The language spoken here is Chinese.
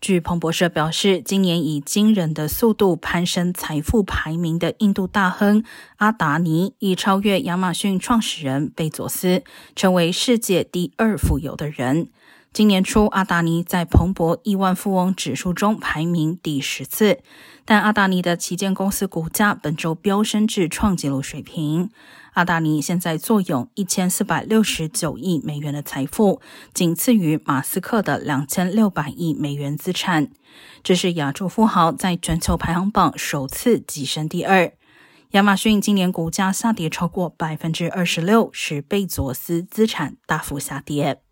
据彭博社表示，今年以惊人的速度攀升财富排名的印度大亨阿达尼，已超越亚马逊创始人贝佐斯，成为世界第2富有的人。今年初，阿达尼在彭博亿万富翁指数中排名第14，但阿达尼的旗舰公司股价本周飙升至创纪录水平。阿达尼现在坐拥1469亿美元的财富，仅次于马斯克的2600亿美元资产。这是亚洲富豪在全球排行榜首次跻身第2。亚马逊今年股价下跌超过 26%， 使贝佐斯资产大幅下跌。